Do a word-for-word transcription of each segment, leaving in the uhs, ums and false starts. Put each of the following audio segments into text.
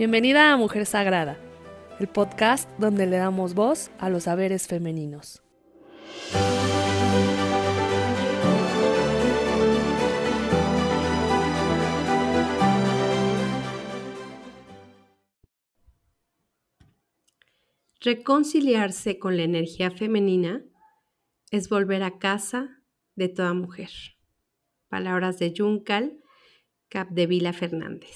Bienvenida a Mujer Sagrada, el podcast donde le damos voz a los saberes femeninos. Reconciliarse con la energía femenina es volver a casa de toda mujer. Palabras de Juncal Capdevila Fernández.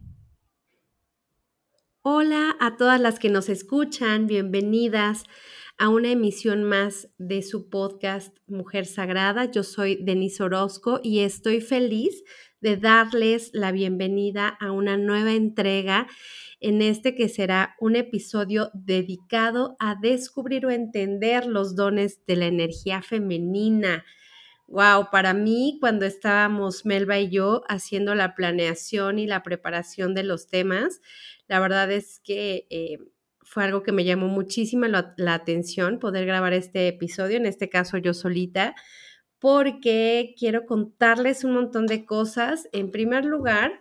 Hola a todas las que nos escuchan, bienvenidas a una emisión más de su podcast Mujer Sagrada. Yo soy Denise Orozco y estoy feliz de darles la bienvenida a una nueva entrega en este que será un episodio dedicado a descubrir o entender los dones de la energía femenina. Wow, para mí cuando estábamos Melba y yo haciendo la planeación y la preparación de los temas, la verdad es que eh, fue algo que me llamó muchísimo la, la atención poder grabar este episodio, en este caso yo solita, porque quiero contarles un montón de cosas. En primer lugar,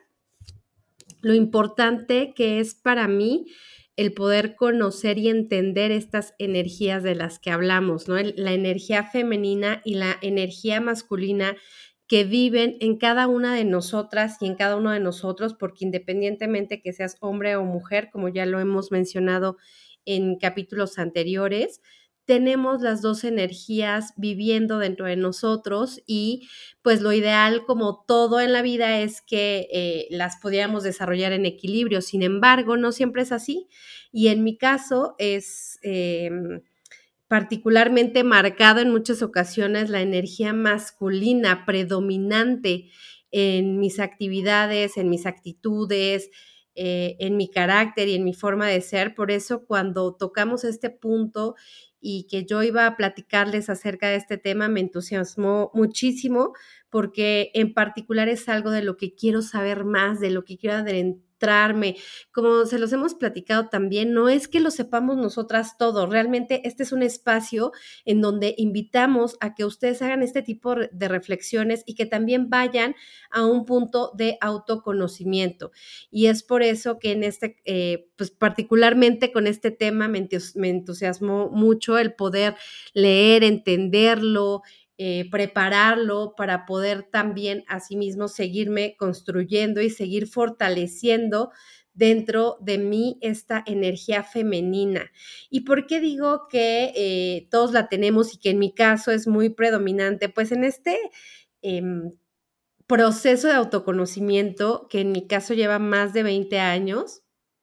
lo importante que es para mí el poder conocer y entender estas energías de las que hablamos, ¿no? La energía femenina y la energía masculina que viven en cada una de nosotras y en cada uno de nosotros, porque independientemente que seas hombre o mujer, como ya lo hemos mencionado en capítulos anteriores, tenemos las dos energías viviendo dentro de nosotros y pues lo ideal, como todo en la vida, es que eh, las pudiéramos desarrollar en equilibrio. Sin embargo, no siempre es así y en mi caso es eh, particularmente marcado en muchas ocasiones la energía masculina predominante en mis actividades, en mis actitudes, eh, en mi carácter y en mi forma de ser. Por eso cuando tocamos este punto y que yo iba a platicarles acerca de este tema, me entusiasmó muchísimo porque en particular es algo de lo que quiero saber más, de lo que quiero adentrarme. Como se los hemos platicado también, no es que lo sepamos nosotras todo, realmente este es un espacio en donde invitamos a que ustedes hagan este tipo de reflexiones y que también vayan a un punto de autoconocimiento. Y es por eso que en este, eh, pues particularmente con este tema me, entus- me entusiasmó mucho el poder leer, entenderlo, eh, prepararlo para poder también asimismo seguirme construyendo y seguir fortaleciendo dentro de mí esta energía femenina. ¿Y por qué digo que eh, todos la tenemos y que en mi caso es muy predominante? Pues en este eh, proceso de autoconocimiento, que en mi caso lleva más de veinte años,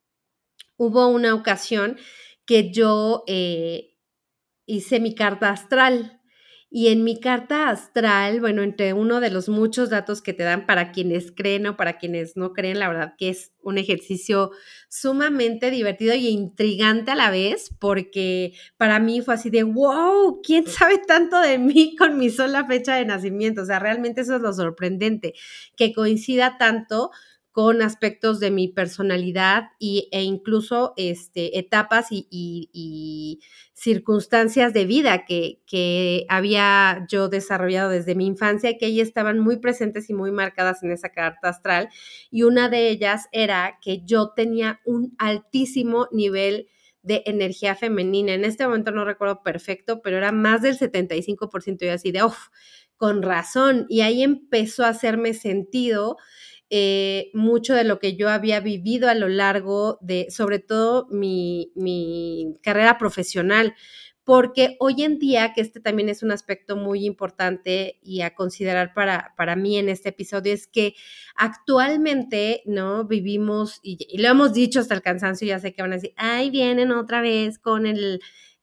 hubo una ocasión que yo eh, hice mi carta astral. Y en mi carta astral, bueno, entre uno de los muchos datos que te dan para quienes creen o para quienes no creen, la verdad que es un ejercicio sumamente divertido y intrigante a la vez, porque para mí fue así de, wow, ¿quién sabe tanto de mí con mi sola fecha de nacimiento? O sea, realmente eso es lo sorprendente, que coincida tanto con aspectos de mi personalidad y, e incluso este, etapas y, y, y circunstancias de vida que, que había yo desarrollado desde mi infancia y que ahí estaban muy presentes y muy marcadas en esa carta astral. Y una de ellas era que yo tenía un altísimo nivel de energía femenina. En este momento no recuerdo perfecto, pero era más del setenta y cinco por ciento y así de, uff, con razón. Y ahí empezó a hacerme sentido Eh, mucho de lo que yo había vivido a lo largo de, sobre todo, mi, mi carrera profesional, porque hoy en día, que este también es un aspecto muy importante y a considerar para, para mí en este episodio, es que actualmente, ¿no? Vivimos, y, y lo hemos dicho hasta el cansancio, ya sé que van a decir, ay, vienen otra vez con el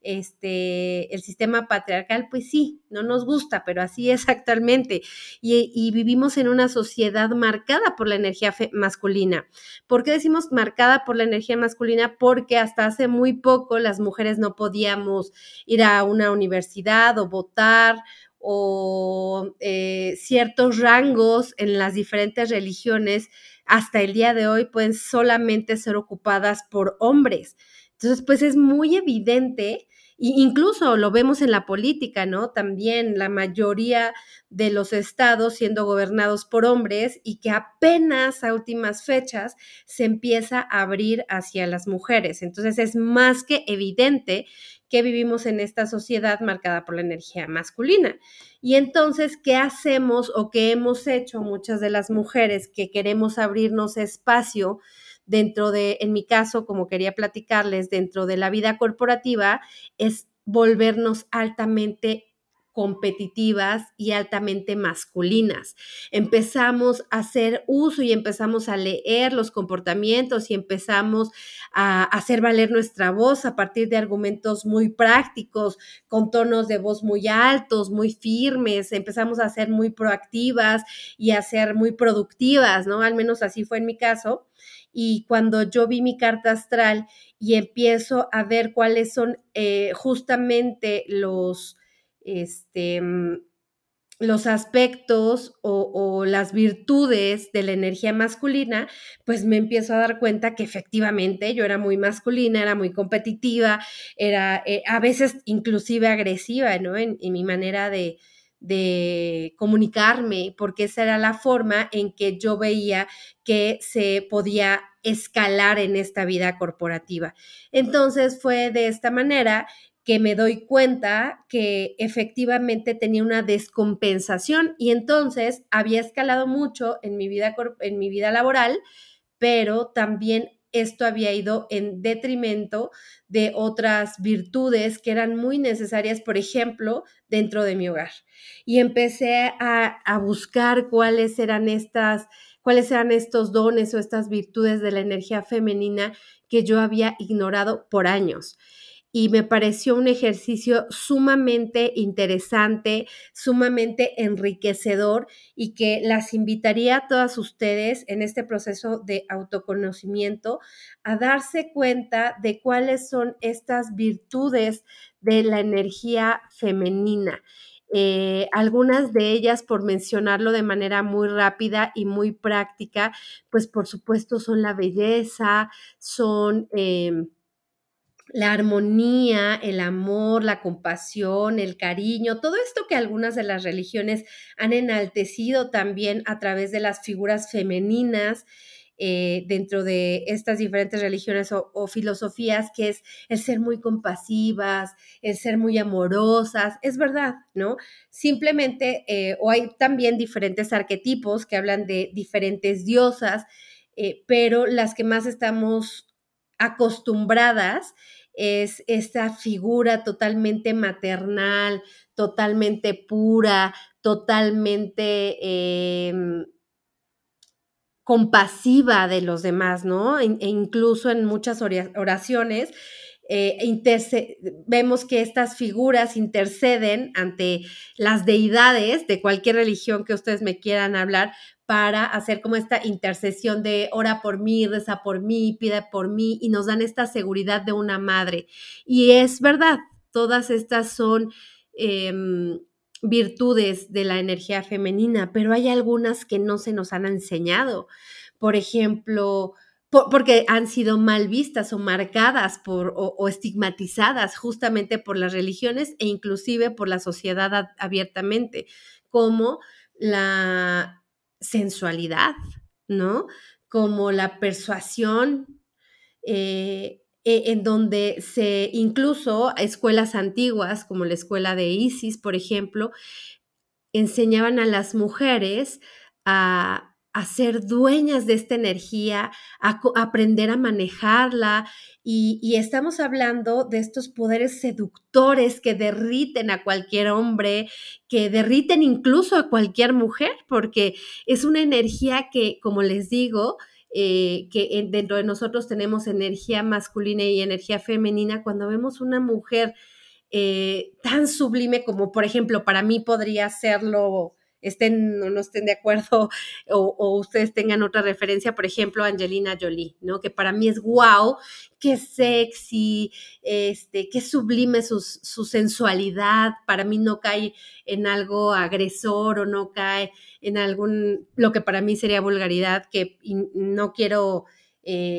este, el sistema patriarcal. Pues sí, no nos gusta, pero así es actualmente. Y, y vivimos en una sociedad marcada por la energía fe- masculina. ¿Por qué decimos marcada por la energía masculina? Porque hasta hace muy poco las mujeres no podíamos ir a una universidad o votar o eh, ciertos rangos en las diferentes religiones hasta el día de hoy pueden solamente ser ocupadas por hombres. Entonces, pues es muy evidente Y incluso lo vemos en la política, ¿no? También la mayoría de los estados siendo gobernados por hombres y que apenas a últimas fechas se empieza a abrir hacia las mujeres. Entonces es más que evidente que vivimos en esta sociedad marcada por la energía masculina. Y entonces, ¿qué hacemos o qué hemos hecho muchas de las mujeres que queremos abrirnos espacio dentro de, en mi caso, como quería platicarles, dentro de la vida corporativa, es volvernos altamente competitivas y altamente masculinas. Empezamos a hacer uso y empezamos a leer los comportamientos y empezamos a hacer valer nuestra voz a partir de argumentos muy prácticos, con tonos de voz muy altos, muy firmes, empezamos a ser muy proactivas y a ser muy productivas, ¿no? Al menos así fue en mi caso. Y cuando yo vi mi carta astral y empiezo a ver cuáles son eh, justamente los, este, los aspectos o, o las virtudes de la energía masculina, pues me empiezo a dar cuenta que efectivamente yo era muy masculina, era muy competitiva, era eh, a veces inclusive agresiva, ¿no? En, en mi manera de, de comunicarme, porque esa era la forma en que yo veía que se podía escalar en esta vida corporativa. Entonces fue de esta manera que me doy cuenta que efectivamente tenía una descompensación y entonces había escalado mucho en mi vida, en mi vida laboral, pero también esto había ido en detrimento de otras virtudes que eran muy necesarias, por ejemplo, dentro de mi hogar. Y empecé a, a buscar cuáles eran estas, cuáles eran estos dones o estas virtudes de la energía femenina que yo había ignorado por años. Y me pareció un ejercicio sumamente interesante, sumamente enriquecedor y que las invitaría a todas ustedes en este proceso de autoconocimiento a darse cuenta de cuáles son estas virtudes de la energía femenina. Eh, algunas de ellas, por mencionarlo de manera muy rápida y muy práctica, pues por supuesto son la belleza, son... Eh, la armonía, el amor, la compasión, el cariño, todo esto que algunas de las religiones han enaltecido también a través de las figuras femeninas eh, dentro de estas diferentes religiones o, o filosofías, que es el ser muy compasivas, el ser muy amorosas, es verdad, ¿no? Simplemente, eh, o hay también diferentes arquetipos que hablan de diferentes diosas, eh, pero las que más estamos acostumbradas es esta figura totalmente maternal, totalmente pura, totalmente eh, compasiva de los demás, ¿no? E, e incluso en muchas oraciones eh, interce- vemos que estas figuras interceden ante las deidades de cualquier religión que ustedes me quieran hablar para hacer como esta intercesión de ora por mí, reza por mí, pide por mí, y nos dan esta seguridad de una madre. Y es verdad, todas estas son eh, virtudes de la energía femenina, pero hay algunas que no se nos han enseñado. Por ejemplo, por, porque han sido mal vistas o marcadas por, o, o estigmatizadas justamente por las religiones e inclusive por la sociedad a, abiertamente, como la sensualidad, ¿no? Como la persuasión, eh, en donde se, incluso escuelas antiguas, como la escuela de Isis, por ejemplo, enseñaban a las mujeres a, a ser dueñas de esta energía, a, a aprender a manejarla, y, y estamos hablando de estos poderes seductores que derriten a cualquier hombre, que derriten incluso a cualquier mujer, porque es una energía que, como les digo, eh, que dentro de nosotros tenemos energía masculina y energía femenina. Cuando vemos una mujer eh, tan sublime como, por ejemplo, para mí podría serlo, estén o no estén de acuerdo, o, o ustedes tengan otra referencia, por ejemplo, Angelina Jolie, ¿no? Que para mí es wow, qué sexy, este, qué sublime su, su sensualidad, para mí no cae en algo agresor o no cae en algún, lo que para mí sería vulgaridad, que no quiero... Eh,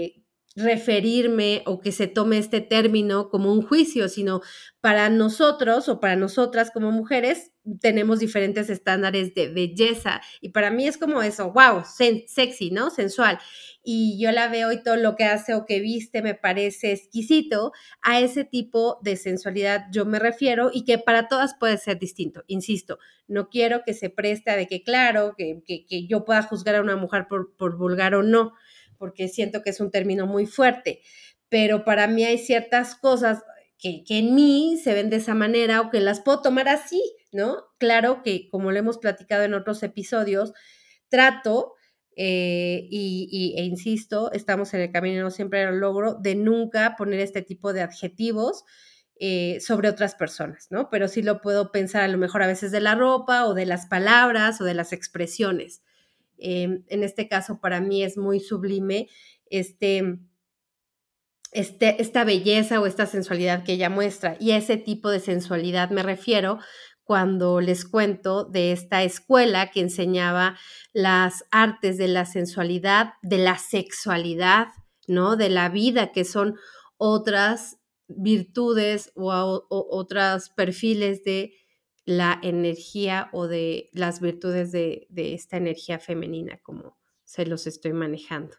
referirme o que se tome este término como un juicio, sino para nosotros o para nosotras como mujeres tenemos diferentes estándares de belleza y para mí es como eso, wow, sen- sexy, ¿no? Sensual. Y yo la veo y todo lo que hace o que viste me parece exquisito. A ese tipo de sensualidad yo me refiero y que para todas puede ser distinto, insisto. No quiero que se preste a de que, claro, que, que, que yo pueda juzgar a una mujer por, por vulgar o no, porque siento que es un término muy fuerte, pero para mí hay ciertas cosas que, que en mí se ven de esa manera o que las puedo tomar así, ¿no? Claro que, como lo hemos platicado en otros episodios, trato, eh, y, y, e insisto, estamos en el camino, no siempre lo logro, de nunca poner este tipo de adjetivos eh, sobre otras personas, ¿no? Pero sí lo puedo pensar a lo mejor a veces de la ropa o de las palabras o de las expresiones. Eh, en este caso, para mí es muy sublime este, este, esta belleza o esta sensualidad que ella muestra. Y a ese tipo de sensualidad me refiero cuando les cuento de esta escuela que enseñaba las artes de la sensualidad, de la sexualidad, ¿no? De la vida, que son otras virtudes o, o, o otros perfiles de la energía o de las virtudes de, de esta energía femenina, como se los estoy manejando.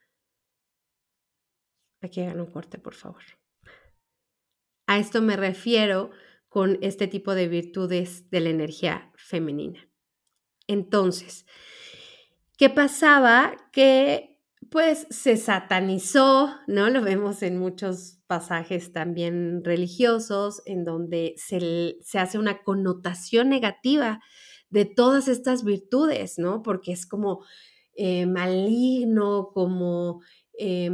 Aquí hagan un corte, por favor. A esto me refiero con este tipo de virtudes de la energía femenina. Entonces, ¿qué pasaba? Que pues se satanizó, ¿no? Lo vemos en muchos pasajes también religiosos, en donde se, se hace una connotación negativa de todas estas virtudes, ¿no? Porque es como eh, maligno, como eh,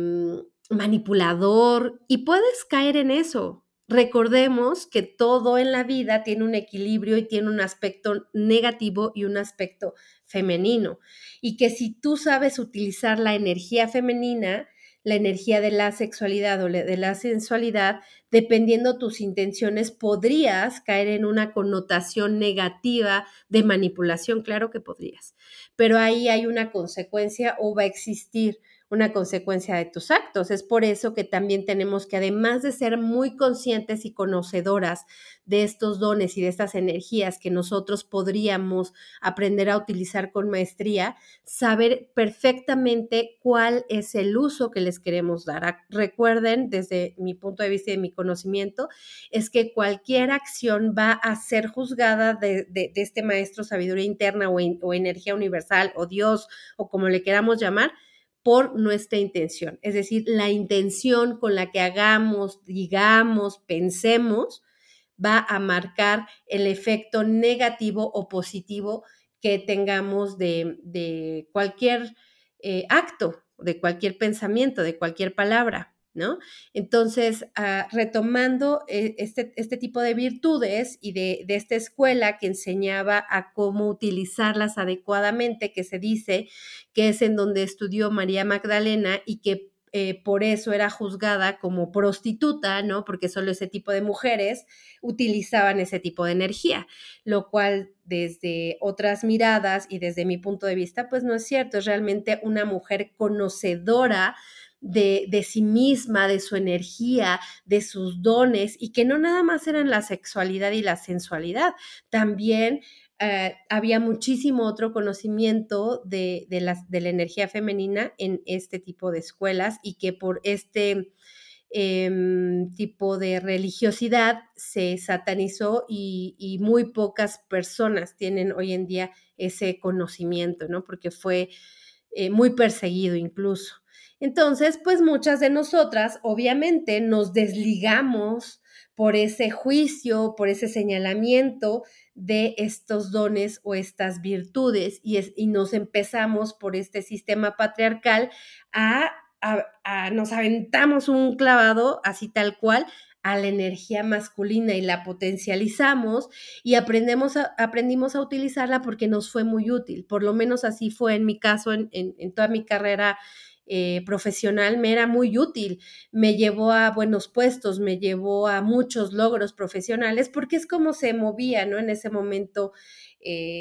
manipulador, y puedes caer en eso. Recordemos que todo en la vida tiene un equilibrio y tiene un aspecto negativo y un aspecto femenino. Y que si tú sabes utilizar la energía femenina, la energía de la sexualidad o de la sensualidad, dependiendo tus intenciones, podrías caer en una connotación negativa de manipulación. Claro que podrías, pero ahí hay una consecuencia o va a existir una consecuencia de tus actos. Es por eso que también tenemos que, además de ser muy conscientes y conocedoras de estos dones y de estas energías que nosotros podríamos aprender a utilizar con maestría, saber perfectamente cuál es el uso que les queremos dar. Recuerden, desde mi punto de vista y de mi conocimiento, es que cualquier acción va a ser juzgada de, de, de este maestro sabiduría interna o, en, o energía universal o Dios o como le queramos llamar, por nuestra intención. Es decir, la intención con la que hagamos, digamos, pensemos, va a marcar el efecto negativo o positivo que tengamos de, de cualquier eh, acto, de cualquier pensamiento, de cualquier palabra, ¿no? Entonces, uh, retomando eh, este, este tipo de virtudes y de, de esta escuela que enseñaba a cómo utilizarlas adecuadamente, que se dice que es en donde estudió María Magdalena y que eh, por eso era juzgada como prostituta, ¿no? Porque solo ese tipo de mujeres utilizaban ese tipo de energía, lo cual desde otras miradas y desde mi punto de vista, pues no es cierto, es realmente una mujer conocedora de, de sí misma, de su energía, de sus dones, y que no nada más eran la sexualidad y la sensualidad, también Uh, había muchísimo otro conocimiento de, de, las, de la energía femenina en este tipo de escuelas y que por este eh, tipo de religiosidad se satanizó y, y muy pocas personas tienen hoy en día ese conocimiento, ¿no? Porque fue eh, muy perseguido incluso. Entonces, pues muchas de nosotras obviamente nos desligamos por ese juicio, por ese señalamiento de estos dones o estas virtudes y, es, y nos empezamos por este sistema patriarcal a, a, a, nos aventamos un clavado así tal cual a la energía masculina y la potencializamos y aprendemos a, aprendimos a utilizarla porque nos fue muy útil, por lo menos así fue en mi caso, en, en, en toda mi carrera Eh, profesional me era muy útil, me llevó a buenos puestos, me llevó a muchos logros profesionales porque es como se movía, ¿no? En ese momento, eh,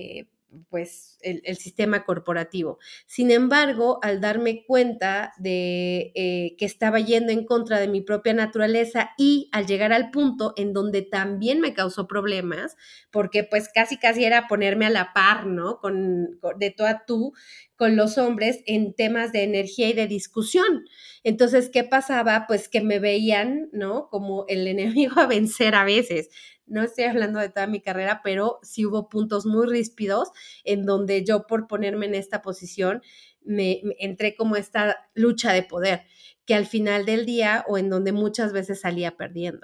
pues el, el sistema corporativo. Sin embargo, al darme cuenta de eh, que estaba yendo en contra de mi propia naturaleza y al llegar al punto en donde también me causó problemas, porque pues casi casi era ponerme a la par, ¿no? Con, con de tú a tú con los hombres en temas de energía y de discusión. Entonces, ¿qué pasaba? Pues que me veían, ¿no? Como el enemigo a vencer a veces. No estoy hablando de toda mi carrera, pero sí hubo puntos muy ríspidos en donde yo, por ponerme en esta posición, me, me entré como esta lucha de poder, que al final del día o en donde muchas veces salía perdiendo.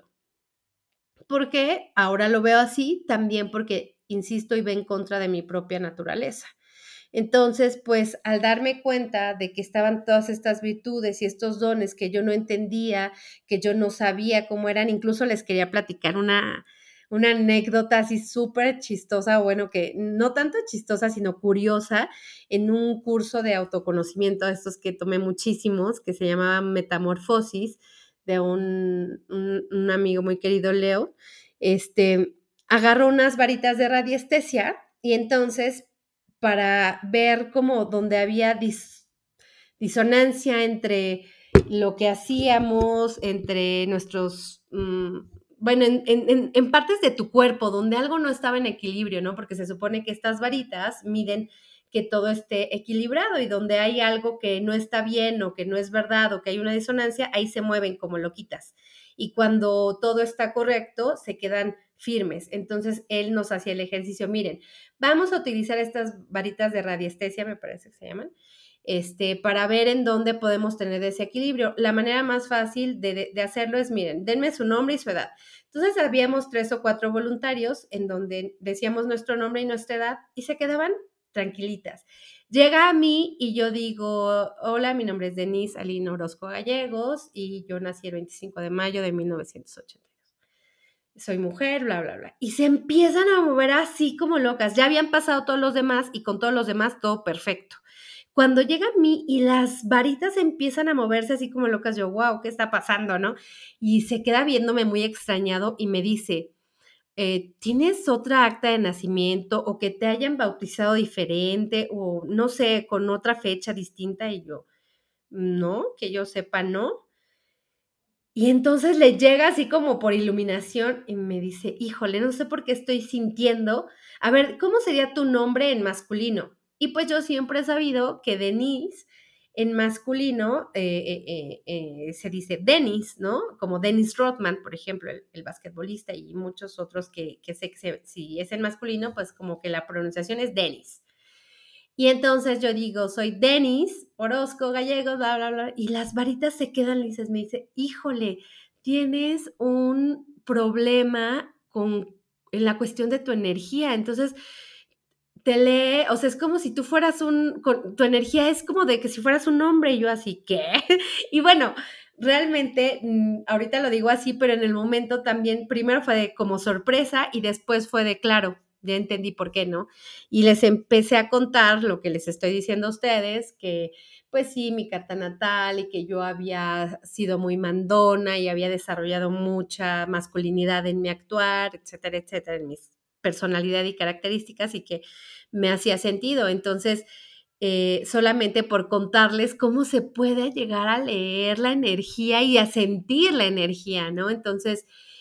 ¿Por qué? Ahora lo veo así, también porque, insisto, iba en contra de mi propia naturaleza. Entonces, pues al darme cuenta de que estaban todas estas virtudes y estos dones que yo no entendía, que yo no sabía cómo eran, incluso les quería platicar una, una anécdota así súper chistosa, bueno, que no tanto chistosa, sino curiosa, en un curso de autoconocimiento, de estos que tomé muchísimos, que se llamaba Metamorfosis, de un, un, un amigo muy querido, Leo. Este, agarró unas varitas de radiestesia y entonces, para ver como donde había dis, disonancia entre lo que hacíamos, entre nuestros, mmm, bueno, en, en, en partes de tu cuerpo, donde algo no estaba en equilibrio, ¿no? Porque se supone que estas varitas miden que todo esté equilibrado y donde hay algo que no está bien o que no es verdad o que hay una disonancia, ahí se mueven como loquitas. Y cuando todo está correcto, se quedan firmes. Entonces, él nos hacía el ejercicio, miren, vamos a utilizar estas varitas de radiestesia, me parece que se llaman, este, para ver en dónde podemos tener desequilibrio. La manera más fácil de, de, de hacerlo es, miren, denme su nombre y su edad. Entonces, habíamos tres o cuatro voluntarios en donde decíamos nuestro nombre y nuestra edad y se quedaban tranquilitas. Llega a mí y yo digo, hola, mi nombre es Denise Aline Orozco Gallegos y yo nací el veinticinco de mayo de mil novecientos ochenta y dos. Soy mujer, bla, bla, bla. Y se empiezan a mover así como locas. Ya habían pasado todos los demás y con todos los demás todo perfecto. Cuando llega a mí y las varitas empiezan a moverse así como locas, yo, wow, ¿qué está pasando, no? Y se queda viéndome muy extrañado y me dice, eh, ¿tienes otra acta de nacimiento o que te hayan bautizado diferente o no sé, con otra fecha distinta? Y yo, no, que yo sepa, no. Y entonces le llega así como por iluminación y me dice, híjole, no sé por qué estoy sintiendo. A ver, ¿cómo sería tu nombre en masculino? Y pues yo siempre he sabido que Denise en masculino eh, eh, eh, se dice Dennis, ¿no? Como Dennis Rodman, por ejemplo, el, el basquetbolista y muchos otros que, que sé que se, si es en masculino, pues como que la pronunciación es Dennis. Y entonces yo digo, soy Denis Orozco Gallegos, bla, bla, bla, y las varitas se quedan lisas. Me dice, híjole, tienes un problema con, en la cuestión de tu energía. Entonces, te lee, o sea, es como si tú fueras un, con, tu energía es como de que si fueras un hombre, y yo así, ¿qué? Y bueno, realmente, mmm, ahorita lo digo así, pero en el momento también, primero fue de como sorpresa y después fue de claro, ya entendí por qué, ¿no? Y les empecé a contar lo que les estoy diciendo a ustedes, que pues sí, mi carta natal y que yo había sido muy mandona y había desarrollado mucha masculinidad en mi actuar, etcétera, etcétera, en mi personalidad y características y que me hacía sentido. Entonces, eh, solamente por contarles cómo se puede llegar a leer la energía y a sentir la energía, ¿no? Entonces,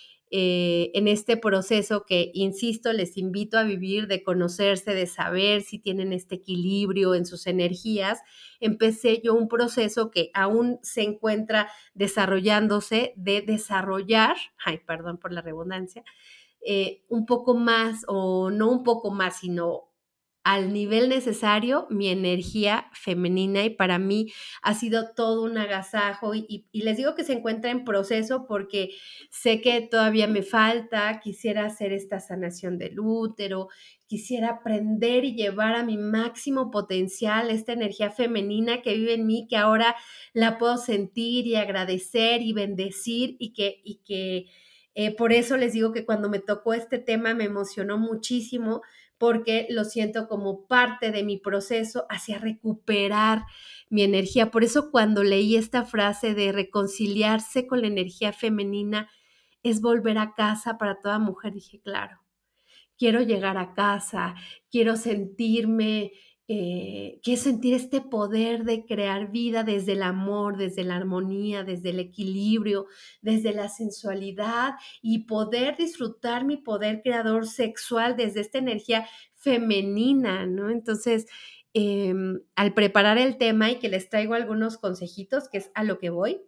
eh, en este proceso que, insisto, les invito a vivir, de conocerse, de saber si tienen este equilibrio en sus energías, empecé yo un proceso que aún se encuentra desarrollándose, de desarrollar, ay, perdón por la redundancia, eh, un poco más, o no un poco más, sino al nivel necesario, mi energía femenina, y para mí ha sido todo un agasajo y, y, y les digo que se encuentra en proceso porque sé que todavía me falta, quisiera hacer esta sanación del útero, quisiera aprender y llevar a mi máximo potencial esta energía femenina que vive en mí, que ahora la puedo sentir y agradecer y bendecir y que, y que eh, por eso les digo que cuando me tocó este tema me emocionó muchísimo, porque lo siento como parte de mi proceso hacia recuperar mi energía. Por eso cuando leí esta frase de reconciliarse con la energía femenina es volver a casa para toda mujer, dije, claro, quiero llegar a casa, quiero sentirme, eh, quiero sentir este poder de crear vida desde el amor, desde la armonía, desde el equilibrio, desde la sensualidad y poder disfrutar mi poder creador sexual desde esta energía femenina, ¿no? Entonces, eh, al preparar el tema y que les traigo algunos consejitos, que es a lo que voy,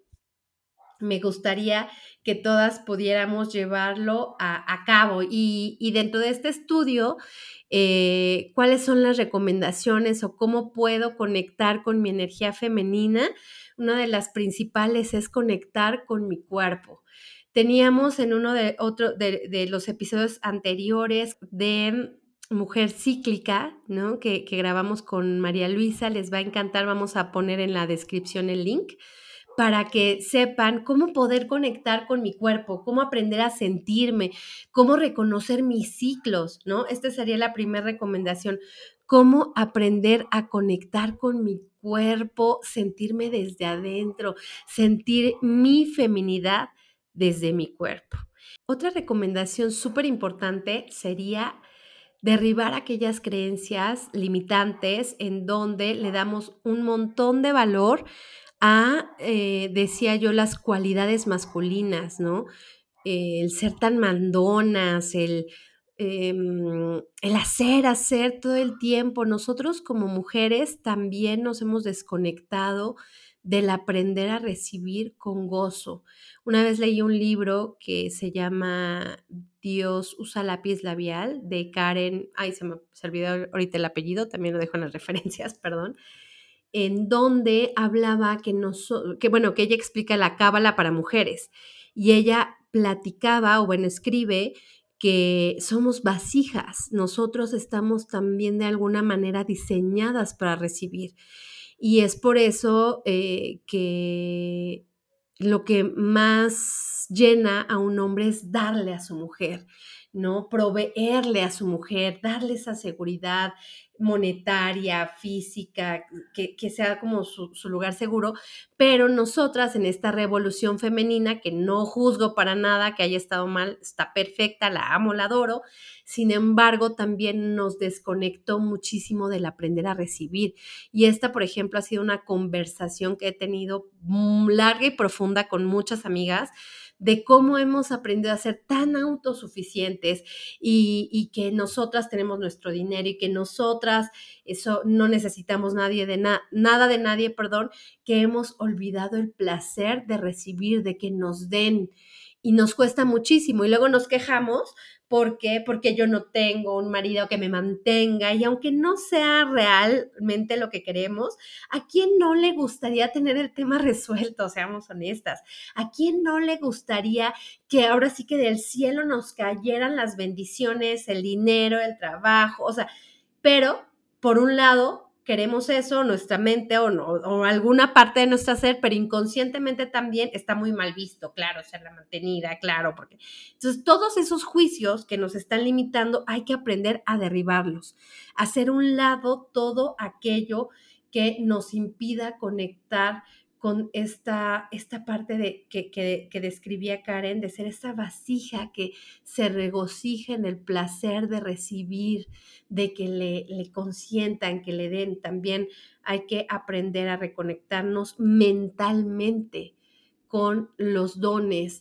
me gustaría que todas pudiéramos llevarlo a, a cabo. Y, y, dentro de este estudio, eh, ¿cuáles son las recomendaciones o cómo puedo conectar con mi energía femenina? Una de las principales es conectar con mi cuerpo. Teníamos en uno de, otro, de, de los episodios anteriores de Mujer Cíclica, ¿no? Que, que grabamos con María Luisa, les va a encantar, vamos a poner en la descripción el link, para que sepan cómo poder conectar con mi cuerpo, cómo aprender a sentirme, cómo reconocer mis ciclos, ¿no? Esta sería la primera recomendación, cómo aprender a conectar con mi cuerpo, sentirme desde adentro, sentir mi feminidad desde mi cuerpo. Otra recomendación súper importante sería derribar aquellas creencias limitantes en donde le damos un montón de valor a, eh, decía yo, las cualidades masculinas, ¿no? Eh, el ser tan mandonas, el, eh, el hacer, hacer todo el tiempo. Nosotros como mujeres también nos hemos desconectado del aprender a recibir con gozo. Una vez leí un libro que se llama Dios usa lápiz labial, de Karen, ay, se me, se olvidó ahorita el apellido, también lo dejo en las referencias, perdón, en donde hablaba que, no so, que, bueno, que ella explica la cábala para mujeres y ella platicaba, o bueno, escribe que somos vasijas, nosotros estamos también de alguna manera diseñadas para recibir y es por eso eh, que lo que más llena a un hombre es darle a su mujer, ¿no? Proveerle a su mujer, darle esa seguridad monetaria, física, que, que sea como su, su lugar seguro, pero nosotras en esta revolución femenina, que no juzgo para nada que haya estado mal, está perfecta, la amo, la adoro, sin embargo, también nos desconectó muchísimo del aprender a recibir. Y esta, por ejemplo, ha sido una conversación que he tenido larga y profunda con muchas amigas, de cómo hemos aprendido a ser tan autosuficientes y, y que nosotras tenemos nuestro dinero y que nosotras eso no necesitamos nadie de na, nada de nadie, perdón, que hemos olvidado el placer de recibir, de que nos den y nos cuesta muchísimo y luego nos quejamos. ¿Por qué? Porque yo no tengo un marido que me mantenga y aunque no sea realmente lo que queremos, ¿a quién no le gustaría tener el tema resuelto? Seamos honestas. ¿A quién no le gustaría que ahora sí que del cielo nos cayeran las bendiciones, el dinero, el trabajo? O sea, pero por un lado queremos eso, nuestra mente o, no, o alguna parte de nuestra ser, pero inconscientemente también está muy mal visto, claro, ser la mantenida, claro, porque entonces todos esos juicios que nos están limitando hay que aprender a derribarlos, a hacer un lado todo aquello que nos impida conectar con esta, esta parte de, que, que, que describía Karen, de ser esta vasija que se regocija en el placer de recibir, de que le, le consientan, que le den. También hay que aprender a reconectarnos mentalmente con los dones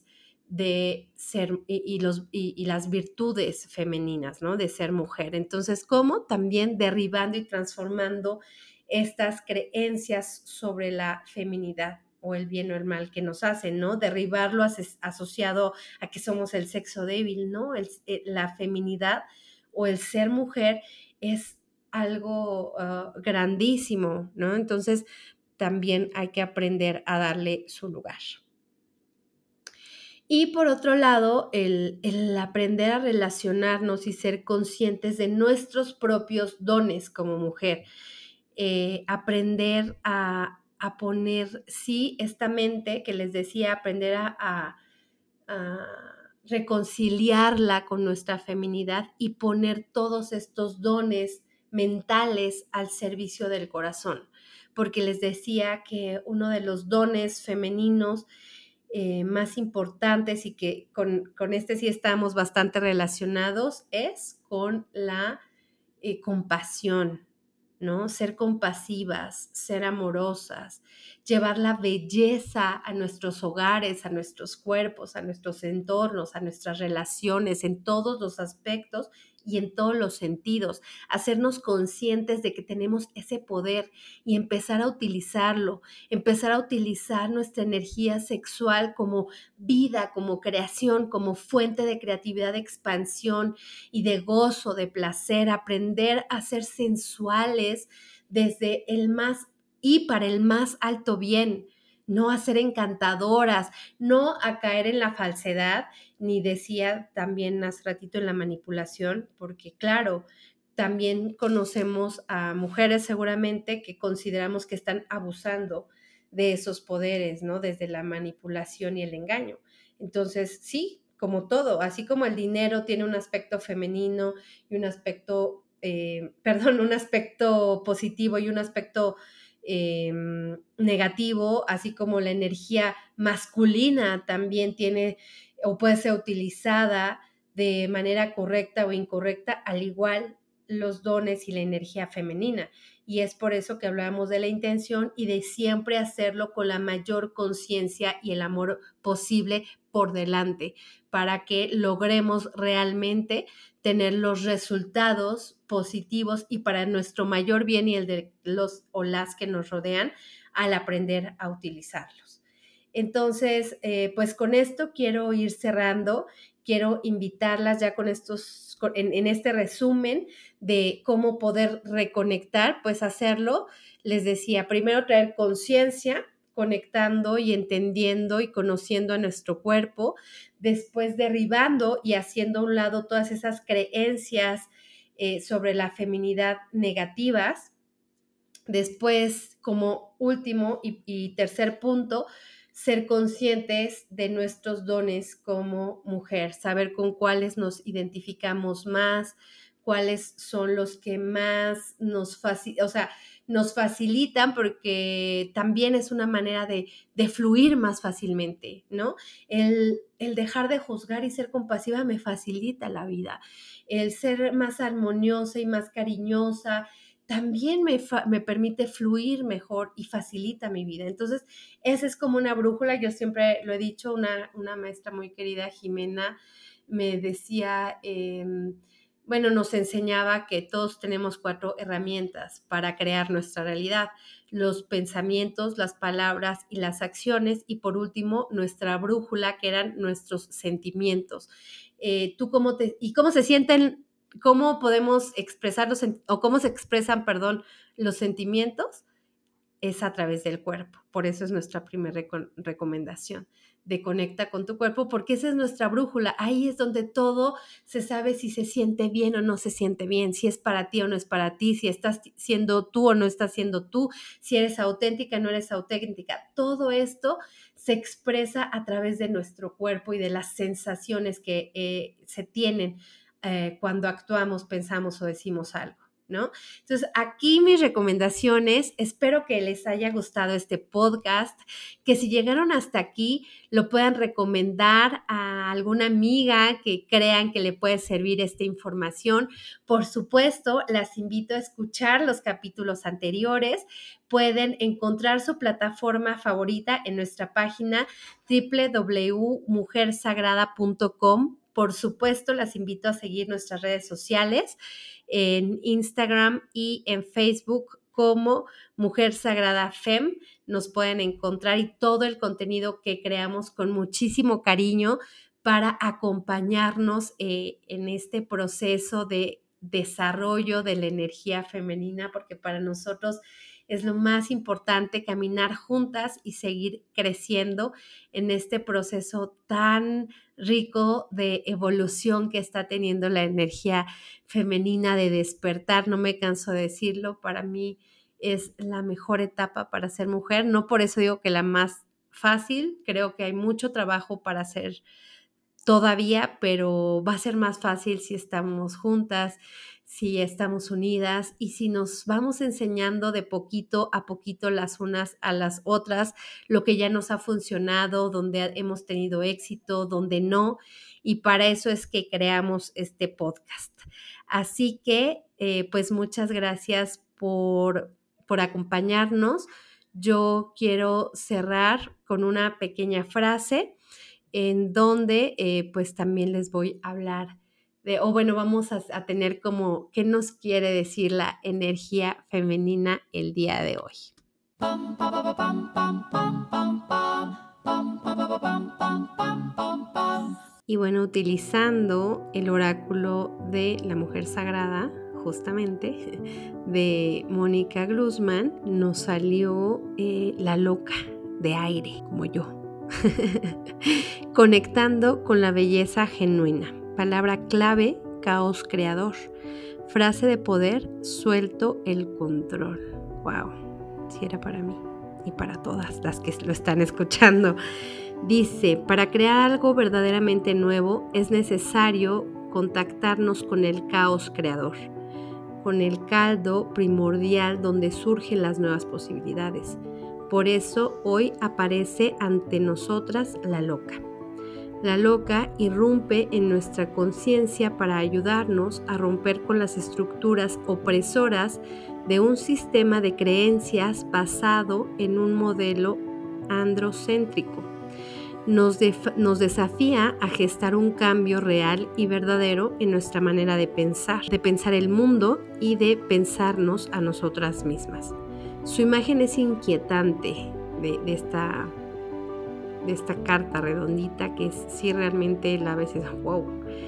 de ser y, y, los, y, y las virtudes femeninas, ¿no? De ser mujer. Entonces, ¿cómo? También derribando y transformando estas creencias sobre la feminidad o el bien o el mal que nos hacen, ¿no? Derribarlo as- asociado a que somos el sexo débil, ¿no? El, la feminidad o el ser mujer es algo uh, grandísimo, ¿no? Entonces, también hay que aprender a darle su lugar. Y por otro lado, el, el aprender a relacionarnos y ser conscientes de nuestros propios dones como mujer. Eh, aprender a, a poner, sí, esta mente que les decía, aprender a, a, a reconciliarla con nuestra feminidad y poner todos estos dones mentales al servicio del corazón. Porque les decía que uno de los dones femeninos eh, más importantes y que con, con este sí estamos bastante relacionados es con la eh, compasión, ¿no? Ser compasivas, ser amorosas, llevar la belleza a nuestros hogares, a nuestros cuerpos, a nuestros entornos, a nuestras relaciones, en todos los aspectos y en todos los sentidos, hacernos conscientes de que tenemos ese poder y empezar a utilizarlo, empezar a utilizar nuestra energía sexual como vida, como creación, como fuente de creatividad, de expansión y de gozo, de placer, aprender a ser sensuales desde el más y para el más alto bien, no a ser encantadoras, no a caer en la falsedad, ni decía también hace ratito en la manipulación, porque claro, también conocemos a mujeres seguramente que consideramos que están abusando de esos poderes, ¿no? Desde la manipulación y el engaño. Entonces, sí, como todo, así como el dinero tiene un aspecto femenino y un aspecto, eh, perdón, un aspecto positivo y un aspecto eh, negativo, así como la energía masculina también tiene o puede ser utilizada de manera correcta o incorrecta, al igual los dones y la energía femenina. Y es por eso que hablamos de la intención y de siempre hacerlo con la mayor conciencia y el amor posible por delante, para que logremos realmente tener los resultados positivos y para nuestro mayor bien y el de los o las que nos rodean al aprender a utilizarlos. Entonces, eh, pues con esto quiero ir cerrando, quiero invitarlas ya con estos, en, en este resumen de cómo poder reconectar, pues hacerlo. Les decía, primero traer conciencia, conectando y entendiendo y conociendo a nuestro cuerpo, después derribando y haciendo a un lado todas esas creencias eh, sobre la feminidad negativas. Después, como último y, y tercer punto, ser conscientes de nuestros dones como mujer, saber con cuáles nos identificamos más, cuáles son los que más nos facilitan, o sea, nos facilitan porque también es una manera de, de fluir más fácilmente, ¿no? El, el dejar de juzgar y ser compasiva me facilita la vida. El ser más armoniosa y más cariñosa también me, fa- me permite fluir mejor y facilita mi vida. Entonces, esa es como una brújula. Yo siempre lo he dicho, una, una maestra muy querida, Jimena, me decía, eh, bueno, nos enseñaba que todos tenemos cuatro herramientas para crear nuestra realidad: los pensamientos, las palabras y las acciones, y por último, nuestra brújula, que eran nuestros sentimientos. Eh, ¿tú cómo te, y cómo se sienten, cómo podemos expresarlos o cómo se expresan, perdón, los sentimientos? Es a través del cuerpo. Por eso es nuestra primera reco- recomendación, de conecta con tu cuerpo, porque esa es nuestra brújula. Ahí es donde todo se sabe si se siente bien o no se siente bien, si es para ti o no es para ti, si estás siendo tú o no estás siendo tú, si eres auténtica o no eres auténtica. Todo esto se expresa a través de nuestro cuerpo y de las sensaciones que eh, se tienen eh, cuando actuamos, pensamos o decimos algo, ¿no? Entonces, aquí mis recomendaciones, espero que les haya gustado este podcast, que si llegaron hasta aquí lo puedan recomendar a alguna amiga que crean que le puede servir esta información. Por supuesto, las invito a escuchar los capítulos anteriores. Pueden encontrar su plataforma favorita en nuestra página doble u doble u doble u punto mujer sagrada punto com. Por supuesto, las invito a seguir nuestras redes sociales en Instagram y en Facebook como Mujer Sagrada Fem. Nos pueden encontrar y todo el contenido que creamos con muchísimo cariño para acompañarnos eh, en este proceso de desarrollo de la energía femenina, porque para nosotros es lo más importante caminar juntas y seguir creciendo en este proceso tan rico de evolución que está teniendo la energía femenina, de despertar. No me canso de decirlo, para mí es la mejor etapa para ser mujer. No por eso digo que la más fácil, creo que hay mucho trabajo para hacer todavía, pero va a ser más fácil si estamos juntas, si estamos unidas y si nos vamos enseñando de poquito a poquito las unas a las otras, lo que ya nos ha funcionado, donde hemos tenido éxito, donde no, y para eso es que creamos este podcast. Así que, eh, pues muchas gracias por, por acompañarnos. Yo quiero cerrar con una pequeña frase en donde eh, pues también les voy a hablar de, o bueno, vamos a, a tener como qué nos quiere decir la energía femenina el día de hoy. Y bueno, utilizando el oráculo de la mujer sagrada, justamente, de Mónica Glusman, nos salió eh, la loca de aire, como yo. Conectando con la belleza genuina. Palabra clave, caos creador. Frase de poder, suelto el control. Wow, sí era para mí y para todas las que lo están escuchando. Dice, para crear algo verdaderamente nuevo es necesario contactarnos con el caos creador, con el caldo primordial donde surgen las nuevas posibilidades. Por eso hoy aparece ante nosotras la loca. La loca irrumpe en nuestra conciencia para ayudarnos a romper con las estructuras opresoras de un sistema de creencias basado en un modelo androcéntrico. Nos, def- nos desafía a gestar un cambio real y verdadero en nuestra manera de pensar, de pensar el mundo y de pensarnos a nosotras mismas. Su imagen es inquietante de, de, esta, de esta carta redondita que es, sí realmente la ves, wow.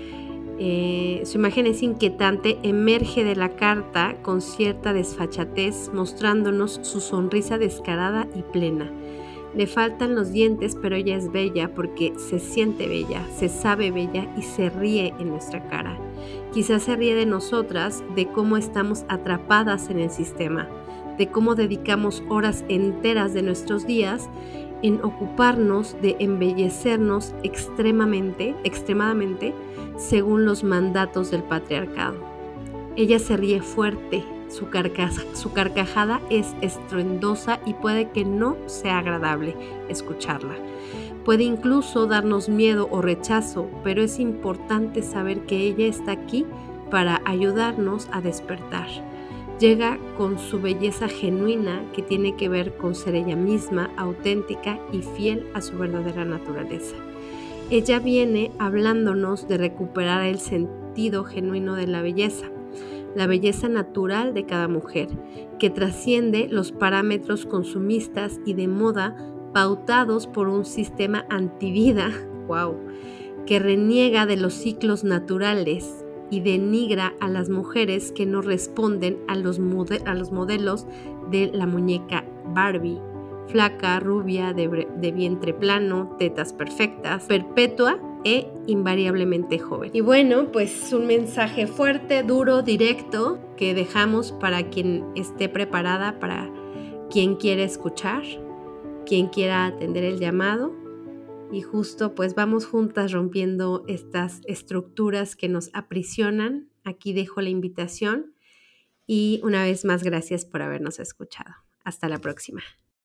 Eh, su imagen es inquietante, emerge de la carta con cierta desfachatez, mostrándonos su sonrisa descarada y plena. Le faltan los dientes, pero ella es bella porque se siente bella, se sabe bella y se ríe en nuestra cara. Quizás se ríe de nosotras, de cómo estamos atrapadas en el sistema, de cómo dedicamos horas enteras de nuestros días en ocuparnos de embellecernos extremadamente, extremadamente según los mandatos del patriarcado. Ella se ríe fuerte, su, carcaj- su carcajada es estruendosa y puede que no sea agradable escucharla. Puede incluso darnos miedo o rechazo, pero es importante saber que ella está aquí para ayudarnos a despertar. Llega con su belleza genuina que tiene que ver con ser ella misma, auténtica y fiel a su verdadera naturaleza. Ella viene hablándonos de recuperar el sentido genuino de la belleza, la belleza natural de cada mujer, que trasciende los parámetros consumistas y de moda pautados por un sistema antivida, wow, que reniega de los ciclos naturales y denigra a las mujeres que no responden a los, mode- a los modelos de la muñeca Barbie, flaca, rubia, de, de vientre plano, tetas perfectas, perpetua e invariablemente joven. Y bueno, pues un mensaje fuerte, duro, directo, que dejamos para quien esté preparada, para quien quiera escuchar, quien quiera atender el llamado. Y justo pues vamos juntas rompiendo estas estructuras que nos aprisionan. Aquí dejo la invitación y una vez más gracias por habernos escuchado. Hasta la próxima.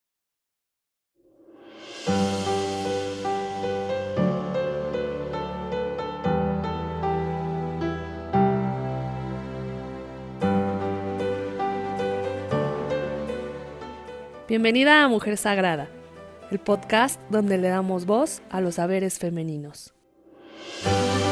Bienvenida a Mujer Sagrada, el podcast donde le damos voz a los saberes femeninos.